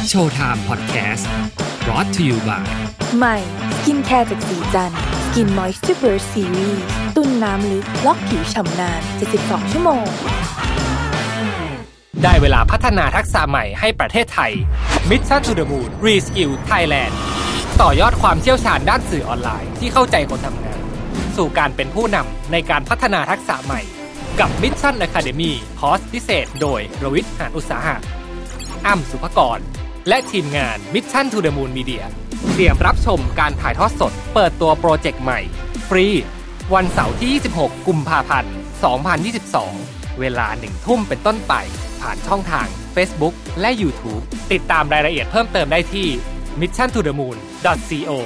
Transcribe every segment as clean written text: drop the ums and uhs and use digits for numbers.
โชว์ไทม์พอดแคสต์ brought to you by ใหม่สกินแคร์จากสีจันทร์สกินมอยส์เจอร์เบิร์สซีรีส์ตุ้นน้ำลึกล็อกผิวฉ่ำนาน72 ชั่วโมงได้เวลาพัฒนาทักษะใหม่ให้ประเทศไทย Mission to the Moon Reskill Thailand ต่อยอดความเชี่ยวชาญด้านสื่อออนไลน์ที่เข้าใจคนทำงานสู่การเป็นผู้นำในการพัฒนาทักษะใหม่กับ Mission Academy คอร์สพิเศษโดยรวิทย์ หานอุตสาหะอ้ำสุภกรและทีมงาน Mission to the Moon Media เตรียมรับชมการถ่ายทอดสดเปิดตัวโปรเจกต์ใหม่ฟรีวันเสาร์ที่26กุมภาพันธ์2022เวลา 1 ทุ่มเป็นต้นไปผ่านช่องทาง Facebook และ YouTube ติดตามรายละเอียดเพิ่มเติมได้ที่ missiontothemoon.co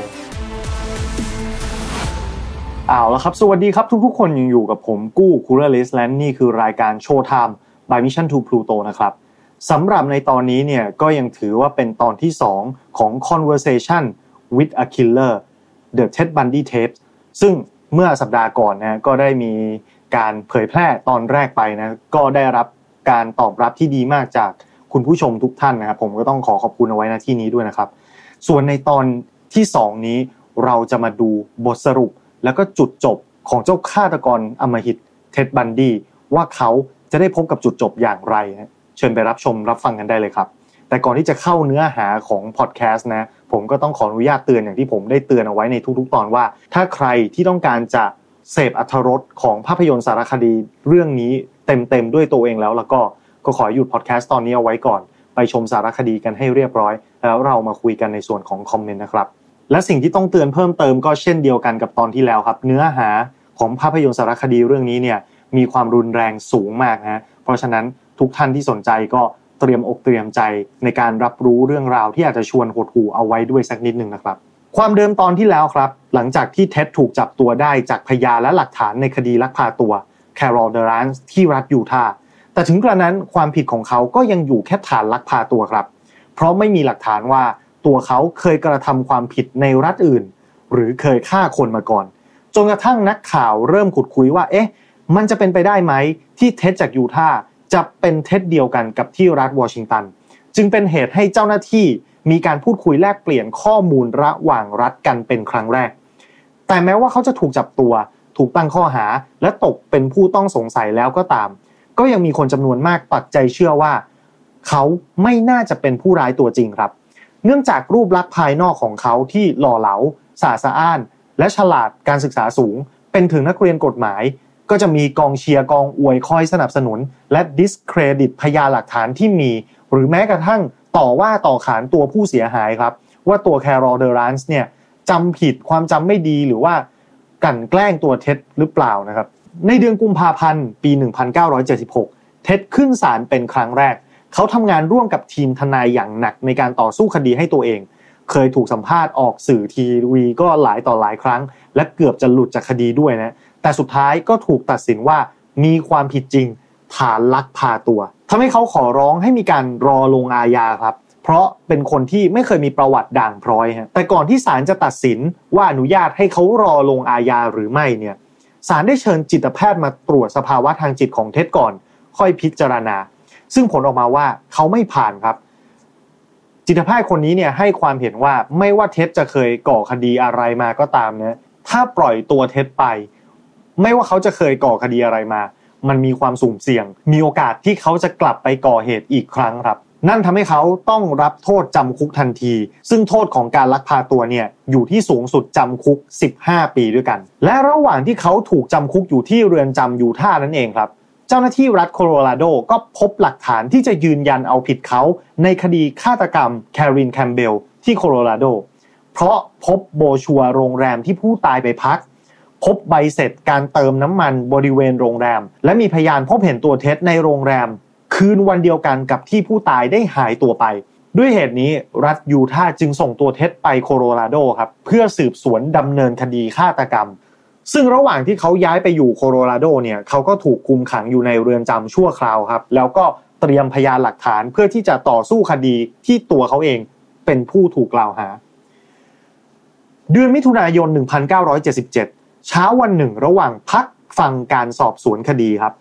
เอาละครับสวัสดีครับทุกๆคนยังอยู่กับผมกู้คูลเลสและนี่คือรายการโชว์ไทม์ by Mission to Pluto นะครับสำหรับในตอนนี้เนี่ยก็ยังถือว่าเป็นตอนที่2ของ Conversation with a Killer The Ted Bundy Tapes ซึ่งเมื่อสัปดาห์ก่อนนะก็ได้มีการเผยแพร่ตอนแรกไปนะก็ได้รับการตอบรับที่ดีมากจากคุณผู้ชมทุกท่านนะครับผมก็ต้องขอบคุณเอาไว้ณที่นี้ด้วยนะครับส่วนในตอนที่2นี้เราจะมาดูบทสรุปแล้วก็จุดจบของเจ้าฆาตกรอำมหิตเท็ดบันดี้ว่าเขาจะได้พบกับจุดจบอย่างไรนะเชิญไปรับชมรับฟังกันได้เลยครับแต่ก่อนที่จะเข้าเนื้อหาของพอดแคสต์นะผมก็ต้องขออนุญาตเตือนอย่างที่ผมได้เตือนเอาไว้ในทุกๆตอนว่าถ้าใครที่ต้องการจะเสพอรรถรสของภาพยนตร์สารคดีเรื่องนี้เต็มๆด้วยตัวเองแล้วก็ขอหยุดพอดแคสต์ตอนนี้เอาไว้ก่อนไปชมสารคดีกันให้เรียบร้อยแล้วเรามาคุยกันในส่วนของคอมเมนต์นะครับและสิ่งที่ต้องเตือนเพิ่มเติมก็เช่นเดียวกันกับตอนที่แล้วครับเนื้อหาของภาพยนตร์สารคดีเรื่องนี้เนี่ยมีความรุนแรงสูงมากนะเพราะฉะนั้นทุกท่านที่สนใจก็เตรียมอกเตรียมใจในการรับรู้เรื่องราวที่อาจจะชวนหดหู่เอาไว้ด้วยสักนิดนึงนะครับความเดิมตอนที่แล้วครับหลังจากที่เท็ดถูกจับตัวได้จากพยานและหลักฐานในคดีลักพาตัวแคโรลเดรันส์ที่รัฐยูทาห์แต่ถึงกระนั้นความผิดของเขาก็ยังอยู่แค่ฐานลักพาตัวครับเพราะไม่มีหลักฐานว่าตัวเขาเคยกระทำความผิดในรัฐอื่นหรือเคยฆ่าคนมาก่อนจนกระทั่งนักข่าวเริ่มขุดคุยว่ามันจะเป็นไปได้ไหมที่เท็ดจากยูทาห์จะเป็นเท็ดเดียวกันกับที่รัฐวอชิงตันจึงเป็นเหตุให้เจ้าหน้าที่มีการพูดคุยแลกเปลี่ยนข้อมูลระหว่างรัฐกันเป็นครั้งแรกแต่แม้ว่าเขาจะถูกจับตัวถูกตั้งข้อหาและตกเป็นผู้ต้องสงสัยแล้วก็ตามก็ยังมีคนจำนวนมากปักใจเชื่อว่าเขาไม่น่าจะเป็นผู้ร้ายตัวจริงครับเนื่องจากรูปลักษณ์ภายนอกของเขาที่หล่อเหลาสะอาดสะอ้านและฉลาดการศึกษาสูงเป็นถึงนักเรียนกฎหมายก็จะมีกองเชียร์กองอวยคอยสนับสนุนและดิสเครดิตพยานหลักฐานที่มีหรือแม้กระทั่งต่อว่าต่อขานตัวผู้เสียหายครับว่าตัวแคโรลเดรันส์เนี่ยจำผิดความจำไม่ดีหรือว่ากลั่นแกล้งตัวเท็ดหรือเปล่านะครับในเดือนกุมภาพันธ์ปี1976เท็ดขึ้นศาลเป็นครั้งแรกเขาทำงานร่วมกับทีมทนายอย่างหนักในการต่อสู้คดีให้ตัวเองเคยถูกสัมภาษณ์ออกสื่อทีวีก็หลายต่อหลายครั้งและเกือบจะหลุดจากคดีด้วยนะแต่สุดท้ายก็ถูกตัดสินว่ามีความผิดจริงฐานลักพาตัวทำให้เขาขอร้องให้มีการรอลงอาญาครับเพราะเป็นคนที่ไม่เคยมีประวัติด่างพร้อยฮะแต่ก่อนที่ศาลจะตัดสินว่าอนุญาตให้เขารอลงอาญาหรือไม่เนี่ยศาลได้เชิญจิตแพทย์มาตรวจสภาวะทางจิตของเท็ดก่อนค่อยพิจารณาซึ่งผลออกมาว่าเขาไม่ผ่านครับจิตแพทย์คนนี้เนี่ยให้ความเห็นว่าไม่ว่าเท็ดจะเคยก่อคดีอะไรมาก็ตามนะถ้าปล่อยตัวเท็ดไปไม่ว่าเขาจะเคยก่อคดีอะไรมามันมีความสุ่มเสี่ยงมีโอกาสที่เขาจะกลับไปก่อเหตุอีกครั้งครับนั่นทำให้เขาต้องรับโทษจำคุกทันทีซึ่งโทษของการลักพาตัวเนี่ยอยู่ที่สูงสุดจำคุก15 ปีด้วยกันและระหว่างที่เขาถูกจำคุกอยู่ที่เรือนจำยูทาห์นั่นเองครับเจ้าหน้าที่รัฐโคโลราโดก็พบหลักฐานที่จะยืนยันเอาผิดเขาในคดีฆาตกรรมแครินแคมเบลที่โคโลราโดเพราะพบโบชัวร์โรงแรมที่ผู้ตายไปพักพบใบเสร็จการเติมน้ำมันบริเวณโรงแรมและมีพยานพบเห็นตัวเท็ดในโรงแรมคืนวันเดียวกันกับที่ผู้ตายได้หายตัวไปด้วยเหตุนี้รัฐยูทาห์จึงส่งตัวเท็ดไปโคโลราโดครับเพื่อสืบสวนดำเนินคดีฆาตกรรมซึ่งระหว่างที่เขาย้ายไปอยู่โคโลราโดเนี่ยเขาก็ถูกคุมขังอยู่ในเรือนจำชั่วคราวครับแล้วก็เตรียมพยานหลักฐานเพื่อที่จะต่อสู้คดีที่ตัวเขาเองเป็นผู้ถูกกล่าวหาเดือนมิถุนายน1977เช้าวันหนึ่งระหว่างพักฟังการสอบสวนคดีครับเท็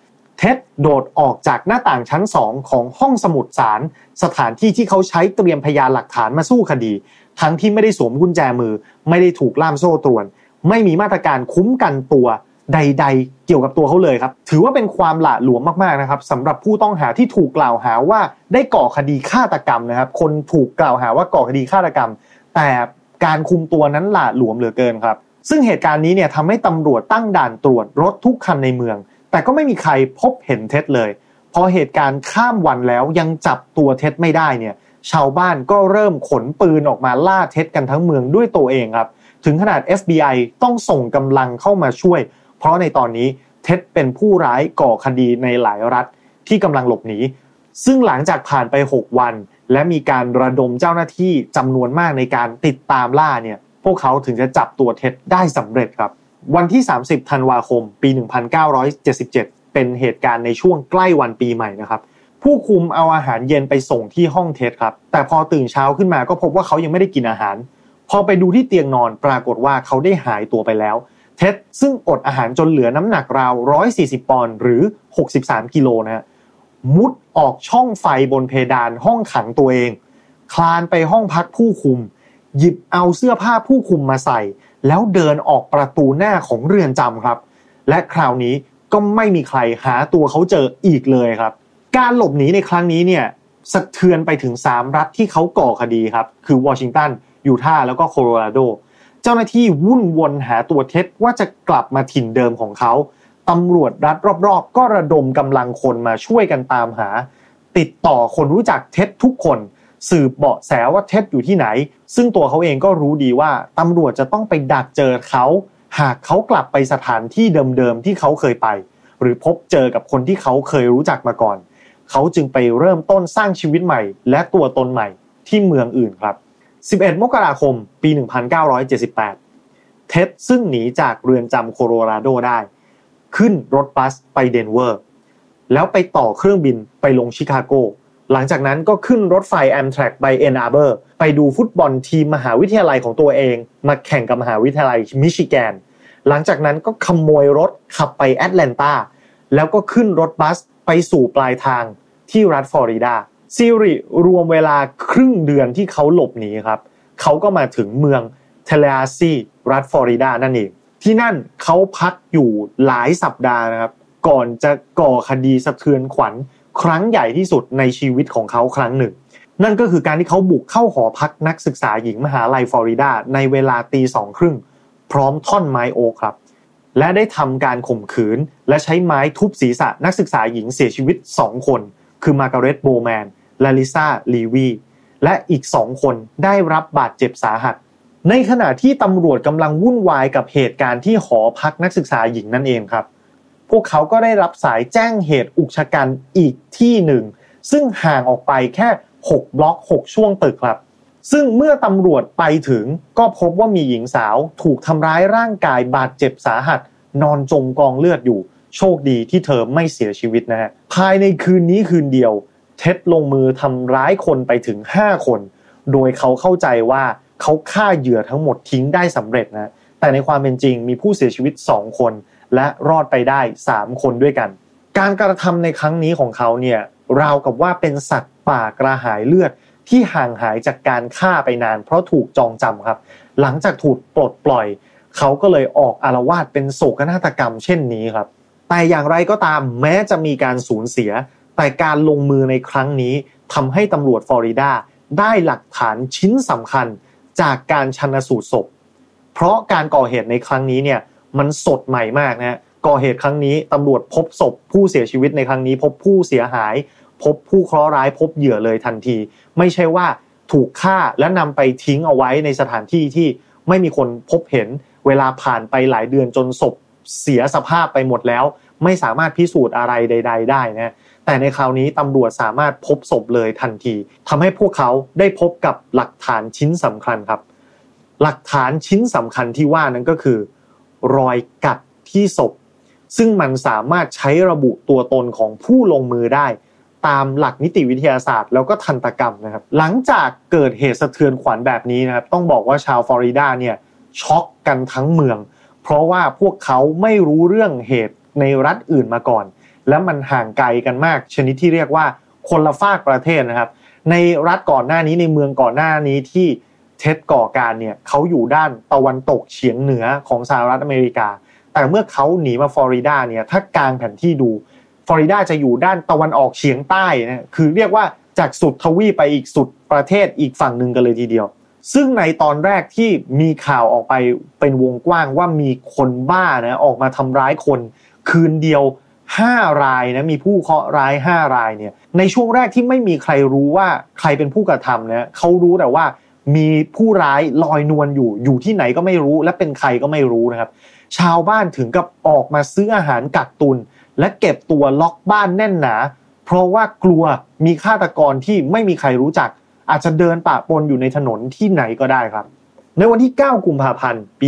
ท็ดโดดออกจากหน้าต่างชั้น2ของห้องสมุดศาลสถานที่ที่เขาใช้เตรียมพยานหลักฐานมาสู้คดีทั้งที่ไม่ได้สวมกุญแจมือไม่ได้ถูกล่ามโซ่ตรวนไม่มีมาตรการคุ้มกันตัวใดๆเกี่ยวกับตัวเขาเลยครับถือว่าเป็นความหละหลวมมากๆนะครับสำหรับผู้ต้องหาที่ถูกกล่าวหาว่าได้ก่อคดีฆาตกรรมนะครับคนถูกกล่าวหาว่าก่อคดีฆาตกรรมแต่การคุมตัวนั้นหละหลวมเหลือเกินครับซึ่งเหตุการณ์นี้เนี่ยทำให้ตำรวจตั้งด่านตรวจรถทุกคันในเมืองแต่ก็ไม่มีใครพบเห็นเท็ดเลยพอเหตุการณ์ข้ามวันแล้วยังจับตัวเท็ดไม่ได้เนี่ยชาวบ้านก็เริ่มขนปืนออกมาล่าเท็ดกันทั้งเมืองด้วยตัวเองครับถึงขนาด FBI ต้องส่งกำลังเข้ามาช่วยเพราะในตอนนี้เท็ดเป็นผู้ร้ายก่อคดีในหลายรัฐที่กำลังหลบหนีซึ่งหลังจากผ่านไป6วันและมีการระดมเจ้าหน้าที่จำนวนมากในการติดตามล่าเนี่ยพวกเขาถึงจะจับตัวเท็ดได้สำเร็จครับวันที่30ธันวาคมปี1977เป็นเหตุการณ์ในช่วงใกล้วันปีใหม่นะครับผู้คุมเอาอาหารเย็นไปส่งที่ห้องเท็ดครับแต่พอตื่นเช้าขึ้นมาก็พบว่าเขายังไม่ได้กินอาหารพอไปดูที่เตียงนอนปรากฏว่าเขาได้หายตัวไปแล้วเท็ดซึ่งอดอาหารจนเหลือน้ำหนักราว140ปอนด์หรือ63กิโลนะฮะมุดออกช่องไฟบนเพดานห้องขังตัวเองคลานไปห้องพักผู้คุมหยิบเอาเสื้อผ้าผู้คุมมาใส่แล้วเดินออกประตูหน้าของเรือนจำครับและคราวนี้ก็ไม่มีใครหาตัวเขาเจออีกเลยครับการหลบหนีในครั้งนี้เนี่ยสะเทือนไปถึง3รัฐที่เขาก่อคดีครับคือวอชิงตันยูทาห์แล้วก็โคโลราโดเจ้าหน้าที่วุ่นวนหาตัวเท็ดว่าจะกลับมาถิ่นเดิมของเขาตำรวจรัฐรอบๆก็ระดมกำลังคนมาช่วยกันตามหาติดต่อคนรู้จักเท็ดทุกคนสืบเบาะแสว่าเท็ดอยู่ที่ไหนซึ่งตัวเขาเองก็รู้ดีว่าตำรวจจะต้องไปดักเจอเขาหากเขากลับไปสถานที่เดิมๆที่เขาเคยไปหรือพบเจอกับคนที่เขาเคยรู้จักมาก่อนเขาจึงไปเริ่มต้นสร้างชีวิตใหม่และตัวตนใหม่ที่เมืองอื่นครับ11มกราคมปี1978เท็ดซึ่งหนีจากเรือนจำโคโลราโดได้ขึ้นรถบัสไปเดนเวอร์แล้วไปต่อเครื่องบินไปลงชิคาโกหลังจากนั้นก็ขึ้นรถไฟ Amtrak ไปแอนอาร์เบอร์ไปดูฟุตบอลทีมมหาวิทยาลัยของตัวเองมาแข่งกับมหาวิทยาลัยมิชิแกนหลังจากนั้นก็ขโมยรถขับไปแอตแลนตาแล้วก็ขึ้นรถบัสไปสู่ปลายทางที่รัฐฟลอริดาซีรีรวมเวลาครึ่งเดือนที่เขาหลบหนีครับเขาก็มาถึงเมืองเทเลอาซีรัฐฟลอริดานั่นเองที่นั่นเขาพักอยู่หลายสัปดาห์นะครับก่อนจะก่อคดีสะเทือนขวัญครั้งใหญ่ที่สุดในชีวิตของเขาครั้งหนึ่งนั่นก็คือการที่เขาบุกเข้าหอพักนักศึกษาหญิงมหาลัยฟลอริดาในเวลา 2:30 พร้อมท่อนไม้โอ๊คครับและได้ทำการข่มขืนและใช้ไม้ทุบศีรษะนักศึกษาหญิงเสียชีวิต2คนคือมาร์กาเร็ตโบแมนและลิซ่าลีวีและอีก2คนได้รับบาดเจ็บสาหัสในขณะที่ตำรวจกำลังวุ่นวายกับเหตุการณ์ที่หอพักนักศึกษาหญิงนั่นเองครับพวกเขาก็ได้รับสายแจ้งเหตุอุกชะกันอีกที่หนึ่งซึ่งห่างออกไปแค่6บล็อก6ช่วงตึกครับซึ่งเมื่อตำรวจไปถึงก็พบว่ามีหญิงสาวถูกทำร้ายร่างกายบาดเจ็บสาหัสนอนจมกองเลือดอยู่โชคดีที่เธอไม่เสียชีวิตนะฮะภายในคืนนี้คืนเดียวเท็ดลงมือทำร้ายคนไปถึง5คนโดยเขาเข้าใจว่าเขาฆ่าเหยื่อทั้งหมดทิ้งได้สำเร็จนะแต่ในความเป็นจริงมีผู้เสียชีวิต2คนและรอดไปได้3คนด้วยกันการกระทำในครั้งนี้ของเขาเนี่ยราวกับว่าเป็นสัตว์ป่ากระหายเลือดที่ห่างหายจากการฆ่าไปนานเพราะถูกจองจำครับหลังจากถูกปลดปล่อยเขาก็เลยออกอาละวาดเป็นโศกนาฏกรรมเช่นนี้ครับแต่อย่างไรก็ตามแม้จะมีการสูญเสียแต่การลงมือในครั้งนี้ทำให้ตำรวจฟลอริดาได้หลักฐานชิ้นสำคัญจากการชันสูตรศพเพราะการก่อเหตุในครั้งนี้เนี่ยมันสดใหม่มากนะก่อเหตุครั้งนี้ตำรวจพบศพผู้เสียชีวิตในครั้งนี้พบผู้เสียหายพบผู้เคราะห์ร้ายพบเหยื่อเลยทันทีไม่ใช่ว่าถูกฆ่าและนำไปทิ้งเอาไว้ในสถานที่ที่ไม่มีคนพบเห็นเวลาผ่านไปหลายเดือนจนศพเสียสภาพไปหมดแล้วไม่สามารถพิสูจน์อะไรใดๆได้นะแต่ในคราวนี้ตำรวจสามารถพบศพเลยทันทีทำให้พวกเขาได้พบกับหลักฐานชิ้นสำคัญครับหลักฐานชิ้นสำคัญที่ว่านั้นก็คือรอยกัดที่ศพซึ่งมันสามารถใช้ระบุตัวตนของผู้ลงมือได้ตามหลักนิติวิทยาศาสตร์แล้วก็ทันตกรรมนะครับหลังจากเกิดเหตุสะเทือนขวัญแบบนี้นะครับต้องบอกว่าชาวฟลอริดาเนี่ยช็อกกันทั้งเมืองเพราะว่าพวกเขาไม่รู้เรื่องเหตุในรัฐอื่นมาก่อนและมันห่างไกลกันมากชนิดที่เรียกว่าคนละฝากประเทศนะครับในรัฐก่อนหน้านี้ในเมืองก่อนหน้านี้ที่เท็ดก่อการเนี่ยเขาอยู่ด้านตะวันตกเฉียงเหนือของสหรัฐอเมริกาแต่เมื่อเขาหนีมาฟลอริดาเนี่ยถ้ากางแผนที่ดูฟลอริดาจะอยู่ด้านตะวันออกเฉียงใต้นะคือเรียกว่าจากสุดทวีปไปอีกสุดประเทศอีกฝั่งนึงกันเลยทีเดียวซึ่งในตอนแรกที่มีข่าวออกไปเป็นวงกว้างว่ามีคนบ้านะออกมาทำร้ายคนคืนเดียว5รายนะมีผู้เคราะห์ร้าย5รายเนี่ยในช่วงแรกที่ไม่มีใครรู้ว่าใครเป็นผู้กระทำนะเขารู้แต่ว่ามีผู้ร้ายลอยนวลอยู่ที่ไหนก็ไม่รู้และเป็นใครก็ไม่รู้นะครับชาวบ้านถึงกับออกมาซื้ออาหารกักตุนและเก็บตัวล็อกบ้านแน่นหนาเพราะว่ากลัวมีฆาตกรที่ไม่มีใครรู้จักอาจจะเดินปะปนอยู่ในถนนที่ไหนก็ได้ครับในวันที่9กุมภาพันธ์ปี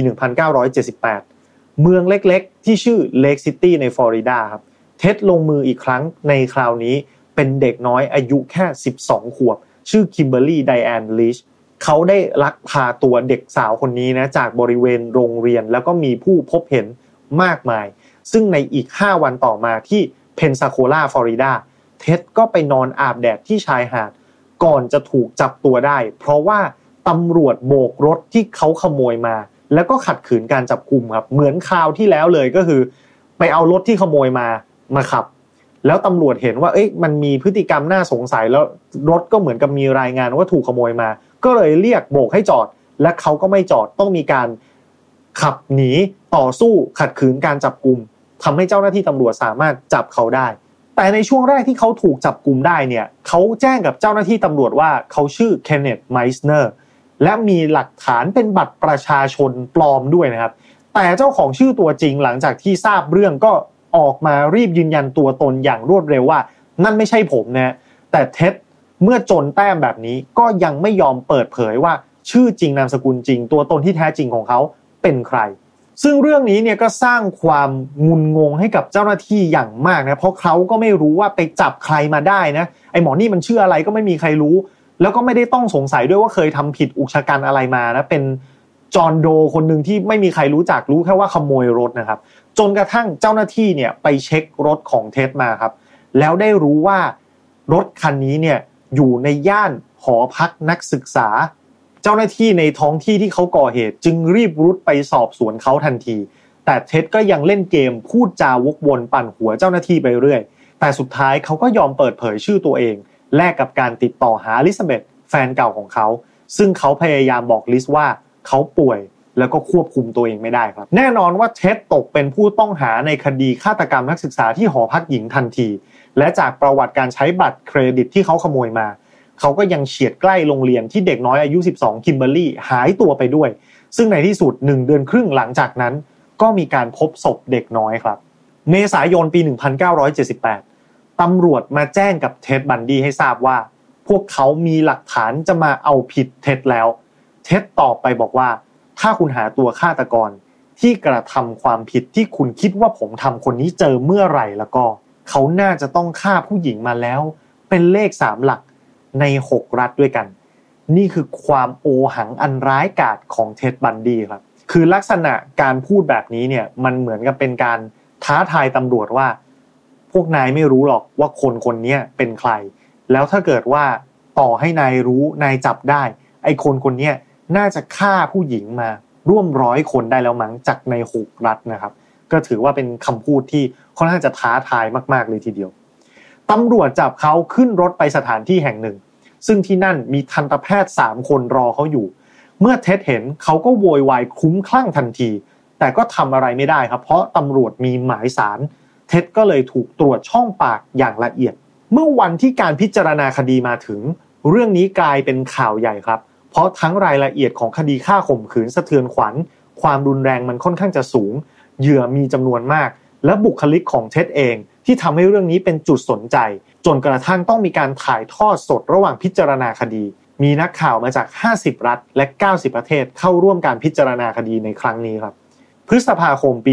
1978เมืองเล็กๆที่ชื่อเลคซิตี้ในฟลอริดาครับเท็ดลงมืออีกครั้งในคราวนี้เป็นเด็กน้อยอายุแค่12ขวบชื่อคิมเบอร์รี่ไดแอนลิชเขาได้ลักพาตัวเด็กสาวคนนี้นะจากบริเวณโรงเรียนแล้วก็มีผู้พบเห็นมากมายซึ่งในอีก5วันต่อมาที่เพนซาโคลาฟลอริดาเท็ดก็ไปนอนอาบแดดที่ชายหาดก่อนจะถูกจับตัวได้เพราะว่าตำรวจโบกรถที่เขาขโมยมาแล้วก็ขัดขืนการจับกุมครับเหมือนคราวที่แล้วเลยก็คือไปเอารถที่ขโมยมาขับแล้วตำรวจเห็นว่ามันมีพฤติกรรมน่าสงสัยแล้วรถก็เหมือนกับมีรายงานว่าถูกขโมยมาก็เลยเรียกโบกให้จอดและเขาก็ไม่จอดต้องมีการขับหนีต่อสู้ขัดขืนการจับกุมทำให้เจ้าหน้าที่ตำรวจสามารถจับเขาได้แต่ในช่วงแรกที่เขาถูกจับกุมได้เนี่ยเขาแจ้งกับเจ้าหน้าที่ตำรวจว่าเขาชื่อเคนเนธไมสเนอร์และมีหลักฐานเป็นบัตรประชาชนปลอมด้วยนะครับแต่เจ้าของชื่อตัวจริงหลังจากที่ทราบเรื่องก็ออกมารีบยืนยันตัวตนอย่างรวดเร็วว่านั่นไม่ใช่ผมนะแต่เท็ดเมื่อจนแต้มแบบนี้ก็ยังไม่ยอมเปิดเผยว่าชื่อจริงนามสกุลจริงตัวตนที่แท้จริงของเขาเป็นใครซึ่งเรื่องนี้เนี่ยก็สร้างความงุนงงให้กับเจ้าหน้าที่อย่างมากนะเพราะเขาก็ไม่รู้ว่าไปจับใครมาได้นะไอ้หมอนี่มันชื่ออะไรก็ไม่มีใครรู้แล้วก็ไม่ได้ต้องสงสัยด้วยว่าเคยทำผิดอุกชะกันอะไรมานะเป็นจอห์นโดคนนึงที่ไม่มีใครรู้จักรู้แค่ว่าขโมยรถนะครับจนกระทั่งเจ้าหน้าที่เนี่ยไปเช็ครถของเท็ดมาครับแล้วได้รู้ว่ารถคันนี้เนี่ยอยู่ในย่านหอพักนักศึกษาเจ้าหน้าที่ในท้องที่ที่เขาก่อเหตุจึงรีบรุดไปสอบสวนเขาทันทีแต่เท็ดก็ยังเล่นเกมพูดจาวกวนปั่นหัวเจ้าหน้าที่ไปเรื่อยแต่สุดท้ายเขาก็ยอมเปิดเผยชื่อตัวเองแลกกับการติดต่อหาอลิซาเบธแฟนเก่าของเขาซึ่งเขาพยายามบอกลิซว่าเขาป่วยแล้วก็ควบคุมตัวเองไม่ได้ครับแน่นอนว่าเท็ดตกเป็นผู้ต้องหาในคดีฆาตกรรมนักศึกษาที่หอพักหญิงทันทีและจากประวัติการใช้บัตรเครดิตที่เขาขโมยมาเขาก็ยังเฉียดใกล้โรงเรียนที่เด็กน้อยอายุ12คิมเบอร์รี่หายตัวไปด้วยซึ่งในที่สุด1เดือนครึ่งหลังจากนั้นก็มีการพบศพเด็กน้อยครับเมษายนปี1978ตำรวจมาแจ้งกับเท็ดบันดี้ให้ทราบว่าพวกเขามีหลักฐานจะมาเอาผิดเท็ดแล้วเท็ดตอบไปบอกว่าถ้าคุณหาตัวฆาตกรที่กระทำความผิดที่คุณคิดว่าผมทำคนนี้เจอเมื่อไหร่แล้วก็เขาน่าจะต้องฆ่าผู้หญิงมาแล้วเป็นเลข3หลักใน6รัฐด้วยกันนี่คือความโอหังอันร้ายกาจของเท็ดบันดี้ครับคือลักษณะการพูดแบบนี้เนี่ยมันเหมือนกับเป็นการท้าทายตำรวจว่าพวกนายไม่รู้หรอกว่าคนนี้เป็นใครแล้วถ้าเกิดว่าต่อให้นายรู้นายจับได้ไอ้คนนี้น่าจะฆ่าผู้หญิงมาร่วม100คนได้แล้วมั้งจากใน6รัฐนะครับก็ถือว่าเป็นคำพูดที่ค่อนข้างจะท้าทายมากๆเลยทีเดียวตำรวจจับเขาขึ้นรถไปสถานที่แห่งหนึ่งซึ่งที่นั่นมีทันตแพทย์3คนรอเขาอยู่เมื่อเท็ดเห็นเขาก็โวยวายคลุ้มคลั่งทันทีแต่ก็ทำอะไรไม่ได้ครับเพราะตำรวจมีหมายศาลเท็ดก็เลยถูกตรวจช่องปากอย่างละเอียดเมื่อวันที่การพิจารณาคดีมาถึงเรื่องนี้กลายเป็นข่าวใหญ่ครับเพราะทั้งรายละเอียดของคดีฆ่าข่มขืนสะเทือนขวัญความรุนแรงมันค่อนข้างจะสูงเหยื่อมีจำนวนมากและบุคลิกของเท็ดเองที่ทำให้เรื่องนี้เป็นจุดสนใจจนกระทั่งต้องมีการถ่ายทอดสดระหว่างพิจารณาคดีมีนักข่าวมาจาก50รัฐและ90ประเทศเข้าร่วมการพิจารณาคดีในครั้งนี้ครับพฤษภาคมปี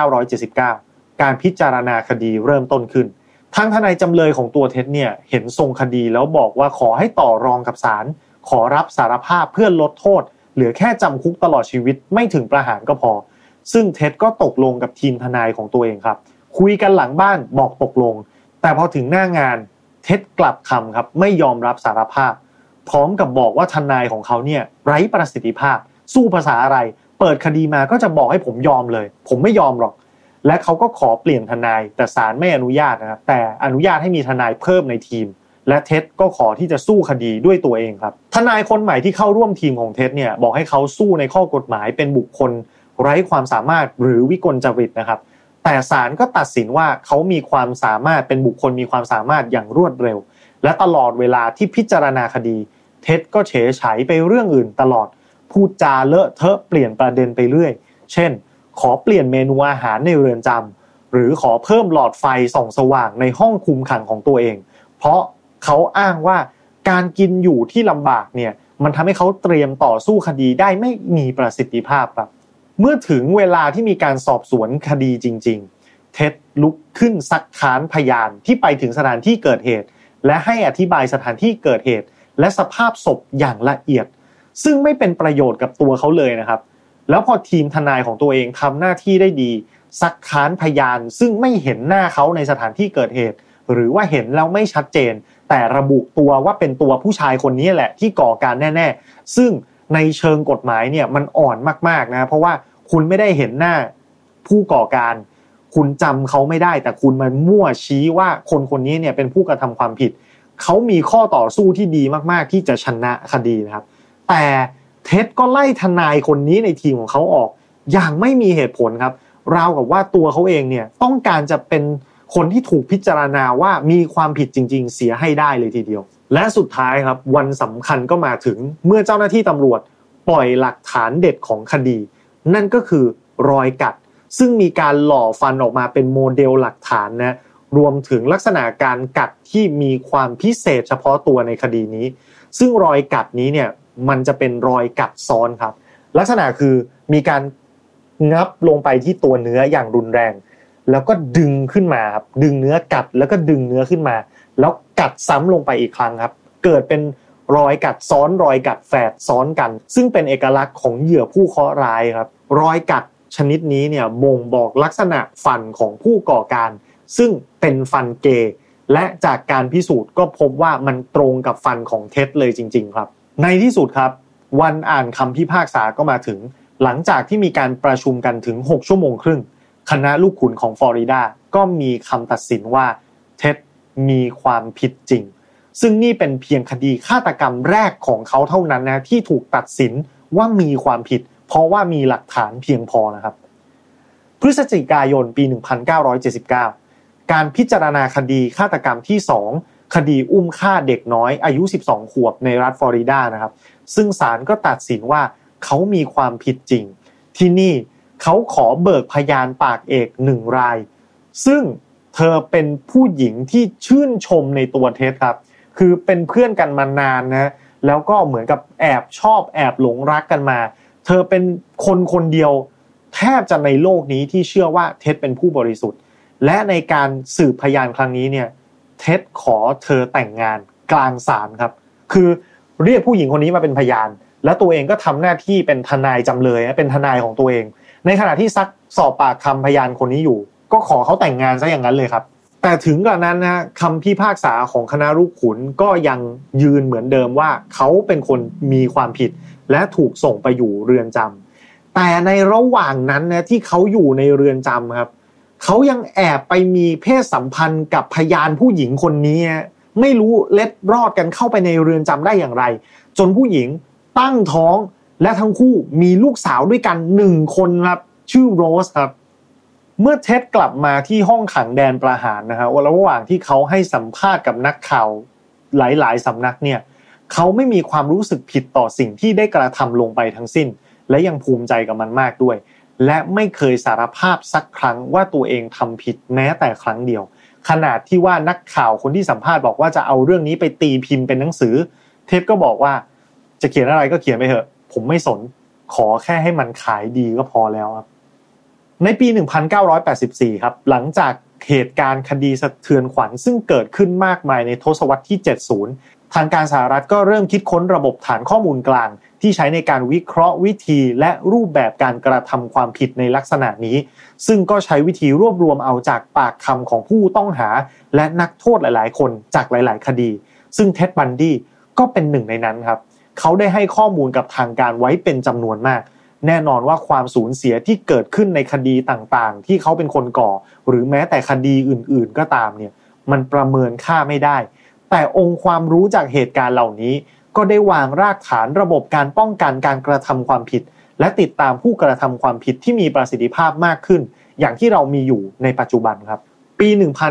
1979การพิจารณาคดีเริ่มต้นขึ้นทางทนายจำเลยของตัวเท็ดเนี่ยเห็นทรงคดีแล้วบอกว่าขอให้ต่อรองกับศาลขอรับสารภาพเพื่อลดโทษเหลือแค่จำคุกตลอดชีวิตไม่ถึงประหารก็พอซึ่งเท็ดก็ตกลงกับทีมทนายของตัวเองครับคุยกันหลังบ้านบอกตกลงแต่พอถึงหน้างานเท็ดกลับคำครับไม่ยอมรับสารภาพพร้อมกับบอกว่าทนายของเขาเนี่ยไร้ประสิทธิภาพสู้ภาษาอะไรเปิดคดีมาก็จะบอกให้ผมยอมเลยผมไม่ยอมหรอกและเขาก็ขอเปลี่ยนทนายแต่ศาลไม่อนุญาตนะครับแต่อนุญาตให้มีทนายเพิ่มในทีมและเท็ดก็ขอที่จะสู้คดีด้วยตัวเองครับทนายคนใหม่ที่เข้าร่วมทีมของเท็ดเนี่ยบอกให้เขาสู้ในข้อกฎหมายเป็นบุคคลไร้ความสามารถหรือวิกลจริตนะครับแต่ศาลก็ตัดสินว่าเขามีความสามารถเป็นบุคคลมีความสามารถอย่างรวดเร็วและตลอดเวลาที่พิจารณาคดีเท็ดก็เฉยเฉยไปเรื่องอื่นตลอดพูดจาเลอะเทอะเปลี่ยนประเด็นไปเรื่อยเช่นขอเปลี่ยนเมนูอาหารในเรือนจำหรือขอเพิ่มหลอดไฟส่องสว่างในห้องคุมขังของตัวเองเพราะเขาอ้างว่าการกินอยู่ที่ลำบากเนี่ยมันทำให้เขาเตรียมต่อสู้คดีได้ไม่มีประสิทธิภาพครับเมื่อถึงเวลาที่มีการสอบสวนคดีจริงๆเท็ดลุกขึ้นซักค้านพยานที่ไปถึงสถานที่เกิดเหตุและให้อธิบายสถานที่เกิดเหตุและสภาพศพอย่างละเอียดซึ่งไม่เป็นประโยชน์กับตัวเขาเลยนะครับแล้วพอทีมทนายของตัวเองทำหน้าที่ได้ดีซักค้านพยานซึ่งไม่เห็นหน้าเขาในสถานที่เกิดเหตุหรือว่าเห็นแล้วไม่ชัดเจนแต่ระบุตัวว่าเป็นตัวผู้ชายคนนี้แหละที่ก่อการแน่ๆซึ่งในเชิงกฎหมายเนี่ยมันอ่อนมากๆนะเพราะว่าคุณไม่ได้เห็นหน้าผู้ก่อการคุณจำเขาไม่ได้แต่คุณมามั่วชี้ว่าคนนี้เนี่ยเป็นผู้กระทำความผิดเขามีข้อต่อสู้ที่ดีมากๆที่จะชนะคดีนะครับแต่เท็ดก็ไล่ทนายคนนี้ในทีมของเขาออกอย่างไม่มีเหตุผลครับราวกับว่าตัวเขาเองเนี่ยต้องการจะเป็นคนที่ถูกพิจารณาว่ามีความผิดจริงๆเสียให้ได้เลยทีเดียวและสุดท้ายครับวันสำคัญก็มาถึงเมื่อเจ้าหน้าที่ตำรวจปล่อยหลักฐานเด็ดของคดีนั่นก็คือรอยกัดซึ่งมีการหล่อฟันออกมาเป็นโมเดลหลักฐานนะรวมถึงลักษณะการกัดที่มีความพิเศษเฉพาะตัวในคดีนี้ซึ่งรอยกัดนี้เนี่ยมันจะเป็นรอยกัดซ้อนครับลักษณะคือมีการงับลงไปที่ตัวเนื้ออย่างรุนแรงแล้วก็ดึงขึ้นมาครับดึงเนื้อกัดแล้วก็ดึงเนื้อขึ้นมาแล้วกัดซ้ำลงไปอีกครั้งครับเกิดเป็นรอยกัดซ้อนรอยกัดแฝดซ้อนกันซึ่งเป็นเอกลักษณ์ของเหยื่อผู้เคราะห์ร้ายครับรอยกัดชนิดนี้เนี่ยบ่งบอกลักษณะฟันของผู้ก่อการซึ่งเป็นฟันเกย์และจากการพิสูจน์ก็พบว่ามันตรงกับฟันของเท็ดเลยจริงๆครับในที่สุดครับวันอ่านคำพิพากษาก็มาถึงหลังจากที่มีการประชุมกันถึง6ชั่วโมงครึ่งคณะลูกขุนของฟลอริดาก็มีคำตัดสินว่าเท็ดมีความผิดจริงซึ่งนี่เป็นเพียงคดีฆาตกรรมแรกของเขาเท่านั้นนะที่ถูกตัดสินว่ามีความผิดเพราะว่ามีหลักฐานเพียงพอนะครับพฤศจิกายนปี1979การพิจารณาคดีฆาตกรรมที่2คดีอุ้มฆ่าเด็กน้อยอายุ12ขวบในรัฐฟลอริดานะครับซึ่งศาลก็ตัดสินว่าเขามีความผิดจริงที่นี่เขาขอเบิกพยานปากเอก1รายซึ่งเธอเป็นผู้หญิงที่ชื่นชมในตัวเท็ดครับคือเป็นเพื่อนกันมานานนะแล้วก็เหมือนกับแอบชอบแอบหลงรักกันมาเธอเป็นคนเดียวแทบจะในโลกนี้ที่เชื่อว่าเท็ดเป็นผู้บริสุทธิ์และในการสืบพยานครั้งนี้เนี่ยเท็ดขอเธอแต่งงานกลางศาลครับคือเรียกผู้หญิงคนนี้มาเป็นพยานและตัวเองก็ทำหน้าที่เป็นทนายจำเลยเป็นทนายของตัวเองในขณะที่ซักสอบปากคำพยานคนนี้อยู่ก็ขอเขาแต่งงานซะอย่างนั้นเลยครับแต่ถึงกระนั้นนะคำพิพากษาของคณะลูกขุนก็ยังยืนเหมือนเดิมว่าเขาเป็นคนมีความผิดและถูกส่งไปอยู่เรือนจำแต่ในระหว่างนั้นนะที่เขาอยู่ในเรือนจำครับเขายังแอบไปมีเพศสัมพันธ์กับพยานผู้หญิงคนนี้ไม่รู้เล็ดรอดกันเข้าไปในเรือนจำได้อย่างไรจนผู้หญิงตั้งท้องและทั้งคู่มีลูกสาวด้วยกัน1คนครับชื่อโรสครับเมื่อเท็ดกลับมาที่ห้องขังแดนประหารนะครับระหว่างที่เขาให้สัมภาษณ์กับนักข่าวหลายๆสำนักเนี่ยเขาไม่มีความรู้สึกผิดต่อสิ่งที่ได้กระทำลงไปทั้งสิ้นและยังภูมิใจกับมันมากด้วยและไม่เคยสารภาพสักครั้งว่าตัวเองทำผิดแม้แต่ครั้งเดียวขนาดที่ว่านักข่าวคนที่สัมภาษณ์บอกว่าจะเอาเรื่องนี้ไปตีพิมพ์เป็นหนังสือเท็ดก็บอกว่าจะเขียนอะไรก็เขียนไปเถอะผมไม่สนขอแค่ให้มันขายดีก็พอแล้วครับในปี1984ครับหลังจากเหตุการณ์คดีสะเทือนขวัญซึ่งเกิดขึ้นมากมายในทศวรรษที่ 70 ทางการสหรัฐก็เริ่มคิดค้นระบบฐานข้อมูลกลางที่ใช้ในการวิเคราะห์วิธีและรูปแบบการกระทำความผิดในลักษณะนี้ซึ่งก็ใช้วิธีรวบรวมเอาจากปากคำของผู้ต้องหาและนักโทษหลายๆคนจากหลายๆคดีซึ่งเท็ด บันดี้ก็เป็นหนึ่งในนั้นครับเขาได้ให้ข้อมูลกับทางการไว้เป็นจำนวนมากแน่นอนว่าความสูญเสียที่เกิดขึ้นในคดีต่างๆที่เขาเป็นคนก่อหรือแม้แต่คดีอื่นๆก็ตามเนี่ยมันประเมินค่าไม่ได้แต่องค์ความรู้จากเหตุการณ์เหล่านี้ก็ได้วางรากฐานระบบการป้องกันการกระทำความผิดและติดตามผู้กระทำความผิดที่มีประสิทธิภาพมากขึ้นอย่างที่เรามีอยู่ในปัจจุบันครับปี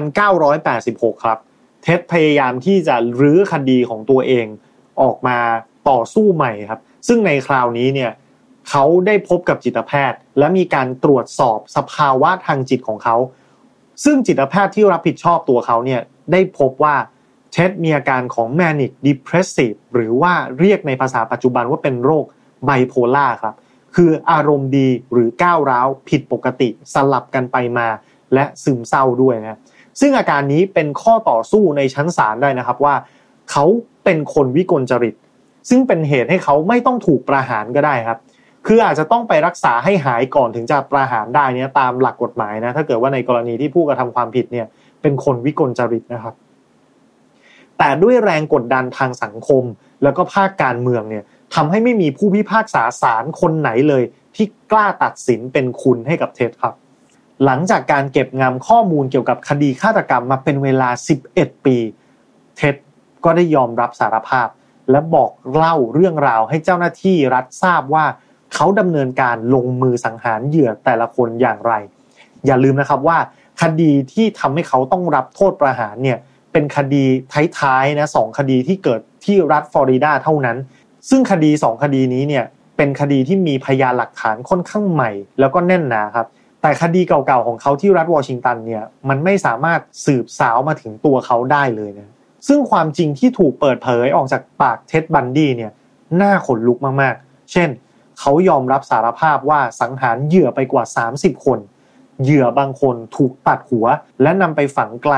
1986 ครับเท็ดพยายามที่จะรื้อคดีของตัวเองออกมาต่อสู้ใหม่ครับซึ่งในคราวนี้เนี่ยเขาได้พบกับจิตแพทย์และมีการตรวจสอบสภาวะทางจิตของเขาซึ่งจิตแพทย์ที่รับผิดชอบตัวเขาเนี่ยได้พบว่าเท็ดมีอาการของ Manic Depressive หรือว่าเรียกในภาษาปัจจุบันว่าเป็นโรคไบโพล่าครับคืออารมณ์ดีหรือก้าวร้าวผิดปกติสลับกันไปมาและซึมเศร้าด้วยนะซึ่งอาการนี้เป็นข้อต่อสู้ในชั้นศาลได้นะครับว่าเขาเป็นคนวิกลจริตซึ่งเป็นเหตุให้เขาไม่ต้องถูกประหารก็ได้ครับคืออาจจะต้องไปรักษาให้หายก่อนถึงจะประหารได้เนี่ยตามหลักกฎหมายนะถ้าเกิดว่าในกรณีที่ผู้กระทำความผิดเนี่ยเป็นคนวิกลจริตนะครับแต่ด้วยแรงกดดันทางสังคมแล้วก็ภาคการเมืองเนี่ยทำให้ไม่มีผู้พิพากษาศาลคนไหนเลยที่กล้าตัดสินเป็นคุณให้กับเท็ดครับหลังจากการเก็บงำข้อมูลเกี่ยวกับคดีฆาตกรรมมาเป็นเวลา11ปีเท็ดก็ได้ยอมรับสารภาพและบอกเล่าเรื่องราวให้เจ้าหน้าที่รัฐทราบว่าเขาดำเนินการลงมือสังหารเหยื่อแต่ละคนอย่างไรอย่าลืมนะครับว่าคดีที่ทำให้เขาต้องรับโทษประหารเนี่ยเป็นคดีท้ายๆนะ2คดีที่เกิดที่รัฐฟลอริดาเท่านั้นซึ่งคดี2คดีนี้เนี่ยเป็นคดีที่มีพยานหลักฐานค่อนข้างใหม่แล้วก็แน่นหนาครับแต่คดีเก่าๆของเขาที่รัฐวอชิงตันเนี่ยมันไม่สามารถสืบสาวมาถึงตัวเขาได้เลยนะซึ่งความจริงที่ถูกเปิดเผยออกจากปากเท็ด บันดี้เนี่ยน่าขนลุกมากๆเช่นเขายอมรับสารภาพว่าสังหารเหยื่อไปกว่า30คนเหยื่อบางคนถูกตัดหัวและนำไปฝังไกล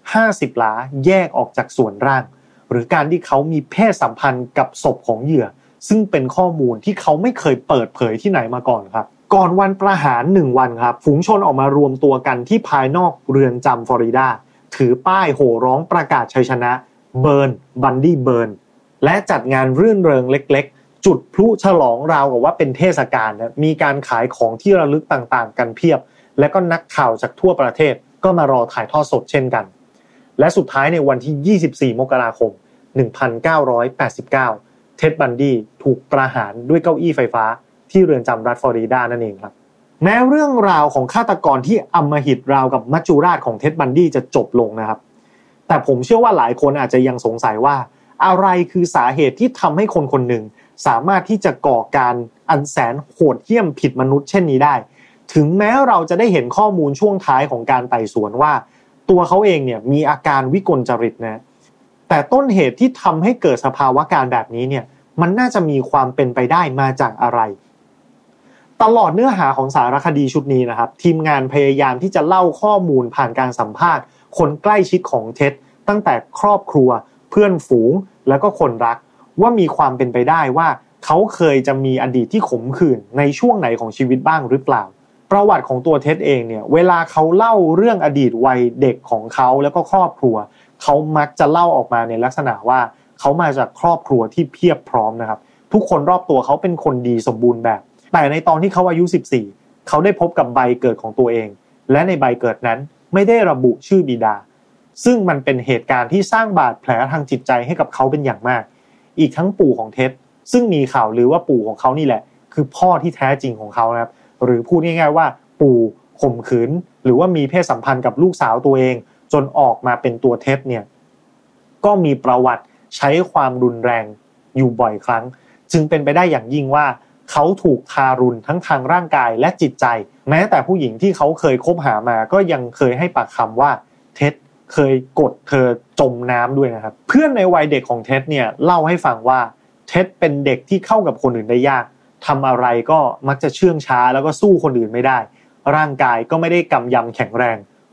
50 หลาแยกออกจากส่วนร่างหรือการที่เขามีเพศสัมพันธ์กับศพของเหยื่อซึ่งเป็นข้อมูลที่เขาไม่เคยเปิดเผยที่ไหนมาก่อนครับก่อนวันประหาร1วันครับฝูงชนออกมารวมตัวกันที่ภายนอกเรือนจำฟลอริดาถือป้ายโห่ร้องประกาศชัยชนะเบิร์นบันดี้เบิร์นและจัดงานรื่นเริงเล็กๆจุดพลุฉลองราวกับว่าเป็นเทศกาลนะมีการขายของที่ระลึกต่างๆกันเพียบและก็นักข่าวจากทั่วประเทศก็มารอถ่ายทอดสดเช่นกันและสุดท้ายในวันที่24มกราคม1989เท็ด บันดี้ถูกประหารด้วยเก้าอี้ไฟฟ้าที่เรือนจำรัฐฟลอริดานั่นเองครับแม้เรื่องราวของฆาตกรที่อำมหิตราวกับมัจจุราชของเท็ด บันดี้จะจบลงนะครับแต่ผมเชื่อว่าหลายคนอาจจะยังสงสัยว่าอะไรคือสาเหตุที่ทำให้คนคนหนึ่งสามารถที่จะก่อการอันแสนโหดเหี้ยมผิดมนุษย์เช่นนี้ได้ถึงแม้เราจะได้เห็นข้อมูลช่วงท้ายของการไต่สวนว่าตัวเขาเองเนี่ยมีอาการวิกลจริตนะแต่ต้นเหตุที่ทำให้เกิดสภาวะการแบบนี้เนี่ยมันน่าจะมีความเป็นไปได้มาจากอะไรตลอดเนื้อหาของสารคดีชุดนี้นะครับทีมงานพยายามที่จะเล่าข้อมูลผ่านการสัมภาษณ์คนใกล้ชิดของเท็ดตั้งแต่ครอบครัวเพื่อนฝูงแล้วก็คนรักว่ามีความเป็นไปได้ว่าเขาเคยจะมีอดีตที่ขมขื่นในช่วงไหนของชีวิตบ้างหรือเปล่าประวัติของตัวเท็ดเองเนี่ยเวลาเขาเล่าเรื่องอดีตวัยเด็กของเขาแล้วก็ครอบครัวเขามักจะเล่าออกมาในลักษณะว่าเขามาจากครอบครัวที่เพียบพร้อมนะครับทุกคนรอบตัวเขาเป็นคนดีสมบูรณ์แบบแต่ในตอนที่เขาอายุ14เขาได้พบกับใบเกิดของตัวเองและในใบเกิดนั้นไม่ได้ระบุชื่อบิดาซึ่งมันเป็นเหตุการณ์ที่สร้างบาดแผลทางจิตใจให้กับเขาเป็นอย่างมากอีกทั้งปู่ของเท็ดซึ่งมีข่าวลือว่าปู่ของเขานี่แหละคือพ่อที่แท้จริงของเขานะครับหรือพูดง่ายๆว่าปู่ข่มขืนหรือว่ามีเพศสัมพันธ์กับลูกสาวตัวเองจนออกมาเป็นตัวเท็ดเนี่ยก็มีประวัติใช้ความรุนแรงอยู่บ่อยครั้งจึงเป็นไปได้อย่างยิ่งว่าเขาถูกทารุณทั้งทางร่างกายและจิตใจแม้แต่ผู้หญิงที่เขาเคยคบหามาก็ยังเคยให้ปากคำว่าเท็ดเคยกดเธอจมน้ำด้วยนะครับเพื่อนในวัยเด็กของเท็ดเนี่ยเล่าให้ฟังว่าเท็ดเป็นเด็กที่เข้ากับคนอื่นได้ยากทำอะไรก็มักจะเชื่องช้าแล้วก็สู้คนอื่นไม่ได้ร่างกายก็ไม่ได้กำยำแข็งแรงผ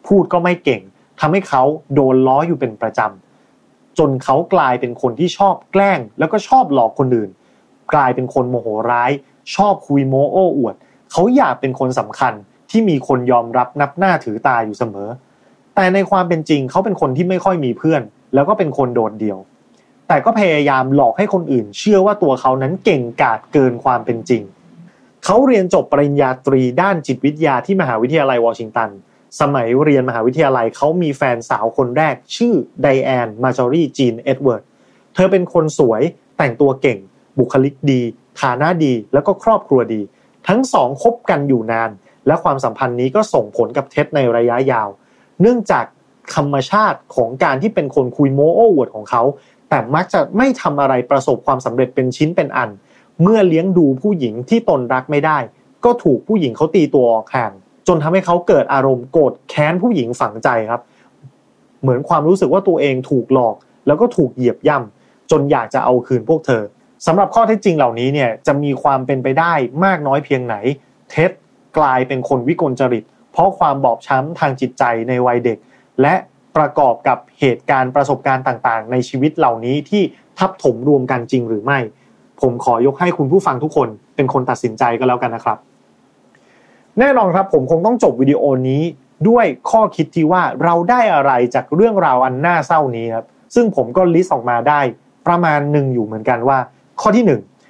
พูดก็ไม่เก่งทำให้เขาโดนล้ออยู่เป็นประจำจนเขากลายเป็นคนที่ชอบแกล้งแล้วก็ชอบหลอกคนอื่นกลายเป็นคนโมโหร้ายชอบคุยโม้โอ้อวดเขาอยากเป็นคนสำคัญที่มีคนยอมรับนับหน้าถือตาอยู่เสมอแต่ในความเป็นจริงเขาเป็นคนที่ไม่ค่อยมีเพื่อนแล้วก็เป็นคนโดดเดี่ยวแต่ก็พยายามหลอกให้คนอื่นเชื่อว่าตัวเขานั้นเก่งกาจเกินความเป็นจริงเขาเรียนจบปริญญาตรีด้านจิตวิทยาที่มหาวิทยาลัยวอชิงตันสมัยเรียนมหาวิทยาลัยเขามีแฟนสาวคนแรกชื่อไดแอนมาจอรีจีนเอ็ดเวิร์ดเธอเป็นคนสวยแต่งตัวเก่งบุคลิกดีฐานะดีแล้วก็ครอบครัวดีทั้งสองคบกันอยู่นานและความสัมพันธ์นี้ก็ส่งผลกับเท็ดในระยะยาวเนื่องจากธรรมชาติของการที่เป็นคนคุยโม้โอ้อวดของเขาแต่มักจะไม่ทำอะไรประสบความสำเร็จเป็นชิ้นเป็นอันเมื่อเลี้ยงดูผู้หญิงที่ตนรักไม่ได้ก็ถูกผู้หญิงเขาตีตัวออกห่างจนทำให้เขาเกิดอารมณ์โกรธแค้นผู้หญิงฝังใจครับเหมือนความรู้สึกว่าตัวเองถูกหลอกแล้วก็ถูกเหยียบย่ำจนอยากจะเอาคืนพวกเธอสำหรับข้อเท็จจริงเหล่านี้เนี่ยจะมีความเป็นไปได้มากน้อยเพียงไหนเท็ดกลายเป็นคนวิกลจริตเพราะความบอบช้ำทางจิตใจในวัยเด็กและประกอบกับเหตุการณ์ประสบการณ์ต่างๆในชีวิตเหล่านี้ที่ทับถมรวมกันจริงหรือไม่ผมขอยกให้คุณผู้ฟังทุกคนเป็นคนตัดสินใจก็แล้วกันนะครับแน่นอนครับผมคงต้องจบวิดีโอนี้ด้วยข้อคิดที่ว่าเราได้อะไรจากเรื่องราวอันน่าเศร้านี้ครับซึ่งผมก็ลิสต์ออกมาได้ประมาณหนึ่งอยู่เหมือนกันว่าข้อที่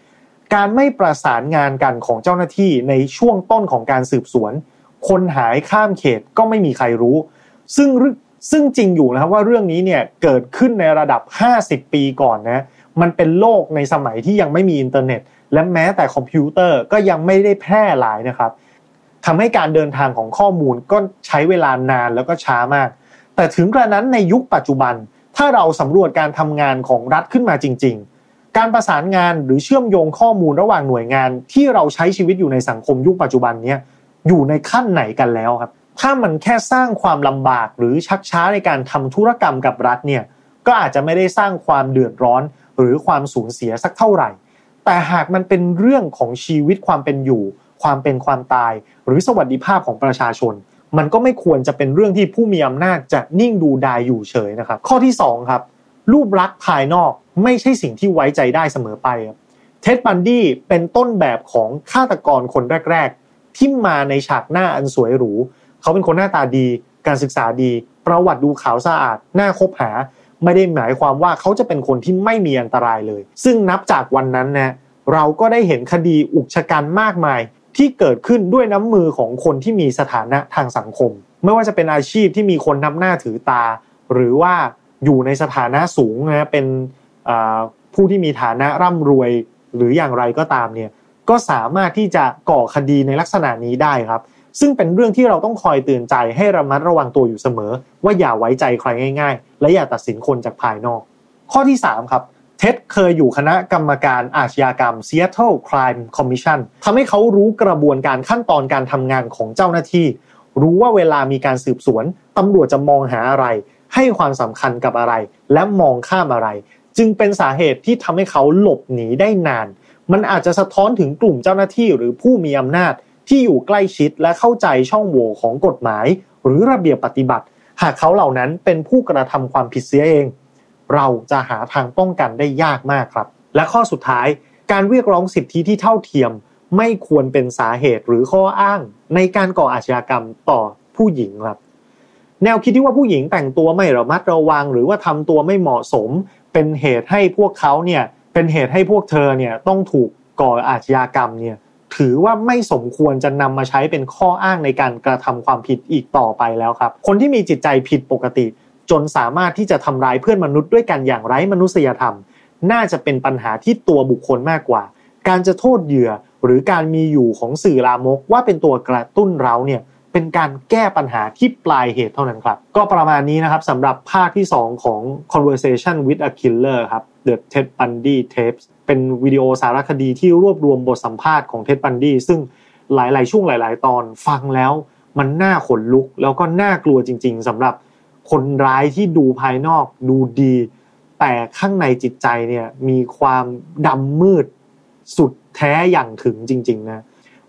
1การไม่ประสานงานกันของเจ้าหน้าที่ในช่วงต้นของการสืบสวนคนหายข้ามเขตก็ไม่มีใครรู้ซึ่งจริงอยู่นะครับว่าเรื่องนี้เนี่ยเกิดขึ้นในระดับ50ปีก่อนนะมันเป็นโลกในสมัยที่ยังไม่มีอินเทอร์เน็ตและแม้แต่คอมพิวเตอร์ก็ยังไม่ได้แพร่หลายนะครับทำให้การเดินทางของข้อมูลก็ใช้เวลานานแล้วก็ช้ามากแต่ถึงกระนั้นในยุคปัจจุบันถ้าเราสำรวจการทำงานของรัฐขึ้นมาจริงๆการประสานงานหรือเชื่อมโยงข้อมูลระหว่างหน่วยงานที่เราใช้ชีวิตอยู่ในสังคมยุคปัจจุบันนี้อยู่ในขั้นไหนกันแล้วครับถ้ามันแค่สร้างความลำบากหรือชักช้าในการทำธุรกรรมกับรัฐเนี่ยก็อาจจะไม่ได้สร้างความเดือดร้อนหรือความสูญเสียสักเท่าไหร่แต่หากมันเป็นเรื่องของชีวิตความเป็นอยู่ความเป็นความตายหรือสวัสดิภาพของประชาชนมันก็ไม่ควรจะเป็นเรื่องที่ผู้มีอำนาจจะนิ่งดูดายอยู่เฉยนะครับข้อที่2ครับรูปลักษณ์ภายนอกไม่ใช่สิ่งที่ไว้ใจได้เสมอไปครับเท็ด บันดี้เป็นต้นแบบของฆาตกรคนแรกๆที่มาในฉากหน้าอันสวยหรูเขาเป็นคนหน้าตาดีการศึกษาดีประวัติดูขาวสะอาดน่าคบหาไม่ได้หมายความว่าเขาจะเป็นคนที่ไม่มีอันตรายเลยซึ่งนับจากวันนั้นนะเราก็ได้เห็นคดีอุกชะกันมากมายที่เกิดขึ้นด้วยน้ำมือของคนที่มีสถานะทางสังคมไม่ว่าจะเป็นอาชีพที่มีคนนับหน้าถือตาหรือว่าอยู่ในสถานะสูงนะเป็นผู้ที่มีฐานะร่ำรวยหรืออย่างไรก็ตามเนี่ยก็สามารถที่จะก่อคดีในลักษณะนี้ได้ครับซึ่งเป็นเรื่องที่เราต้องคอยเตือนใจให้ระมัดระวังตัวอยู่เสมอว่าอย่าไว้ใจใครง่ายๆและอย่าตัดสินคนจากภายนอกข้อที่3ครับเท็ดเคยอยู่คณะกรรมการอาชญากรรม Seattle Crime Commission ทำให้เขารู้กระบวนการขั้นตอนการทำงานของเจ้าหน้าที่รู้ว่าเวลามีการสืบสวนตำรวจจะมองหาอะไรให้ความสำคัญกับอะไรและมองข้ามอะไรจึงเป็นสาเหตุที่ทำให้เขาหลบหนีได้นานมันอาจจะสะท้อนถึงกลุ่มเจ้าหน้าที่หรือผู้มีอำนาจที่อยู่ใกล้ชิดและเข้าใจช่องโหว่ของกฎหมายหรือระเบียบปฏิบัติหากเขาเหล่านั้นเป็นผู้กระทำความผิดเสียเองเราจะหาทางป้องกันได้ยากมากครับและข้อสุดท้ายการเรียกร้องสิทธิที่เท่าเทียมไม่ควรเป็นสาเหตุหรือข้ออ้างในการก่ออาชญากรรมต่อผู้หญิงครับแนวคิดที่ว่าผู้หญิงแต่งตัวไม่ระมัดระวังหรือว่าทำตัวไม่เหมาะสมเป็นเหตุให้พวกเขาเนี่ยเป็นเหตุให้พวกเธอเนี่ยต้องถูกก่ออาชญากรรมเนี่ยถือว่าไม่สมควรจะนำมาใช้เป็นข้ออ้างในการกระทำความผิดอีกต่อไปแล้วครับคนที่มีจิตใจผิดปกติจนสามารถที่จะทำร้ายเพื่อนมนุษย์ด้วยกันอย่างไร้มนุษยธรรมน่าจะเป็นปัญหาที่ตัวบุคคลมากกว่าการจะโทษเหยื่อหรือการมีอยู่ของสื่อลามกว่าเป็นตัวกระตุ้นเราเนี่ยเป็นการแก้ปัญหาที่ปลายเหตุเท่านั้นครับก็ประมาณนี้นะครับสำหรับภาคที่2ของ Conversation with a Killer ครับ The Ted Bundy Tapes เป็นวิดีโอสารคดีที่รวบรวมบทสัมภาษณ์ของ Ted Bundy ซึ่งหลายๆช่วงหลายๆตอนฟังแล้วมันน่าขนลุกแล้วก็น่ากลัวจริงๆสำหรับคนร้ายที่ดูภายนอกดูดีแต่ข้างในจิตใจเนี่ยมีความดำมืดสุดแท้อย่างถึงจริงๆนะผ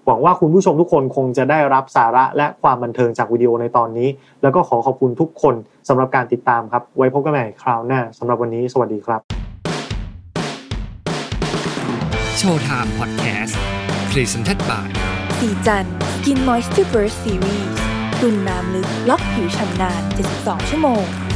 หวังว่าคุณผู้ชมทุกคนคงจะได้รับสาระและความบันเทิงจากวิดีโอในตอนนี้แล้วก็ขอขอบคุณทุกคนสำหรับการติดตามครับไว้พบกันใหม่คราวหน้าสำหรับวันนี้สวัสดีครับโชว์ไทม์พอดแคสต์ Presented by สีจัน Skin Moisture Burst Series ตุ่นน้ำลึกล็อกผิวชำนาน72 ชั่วโมง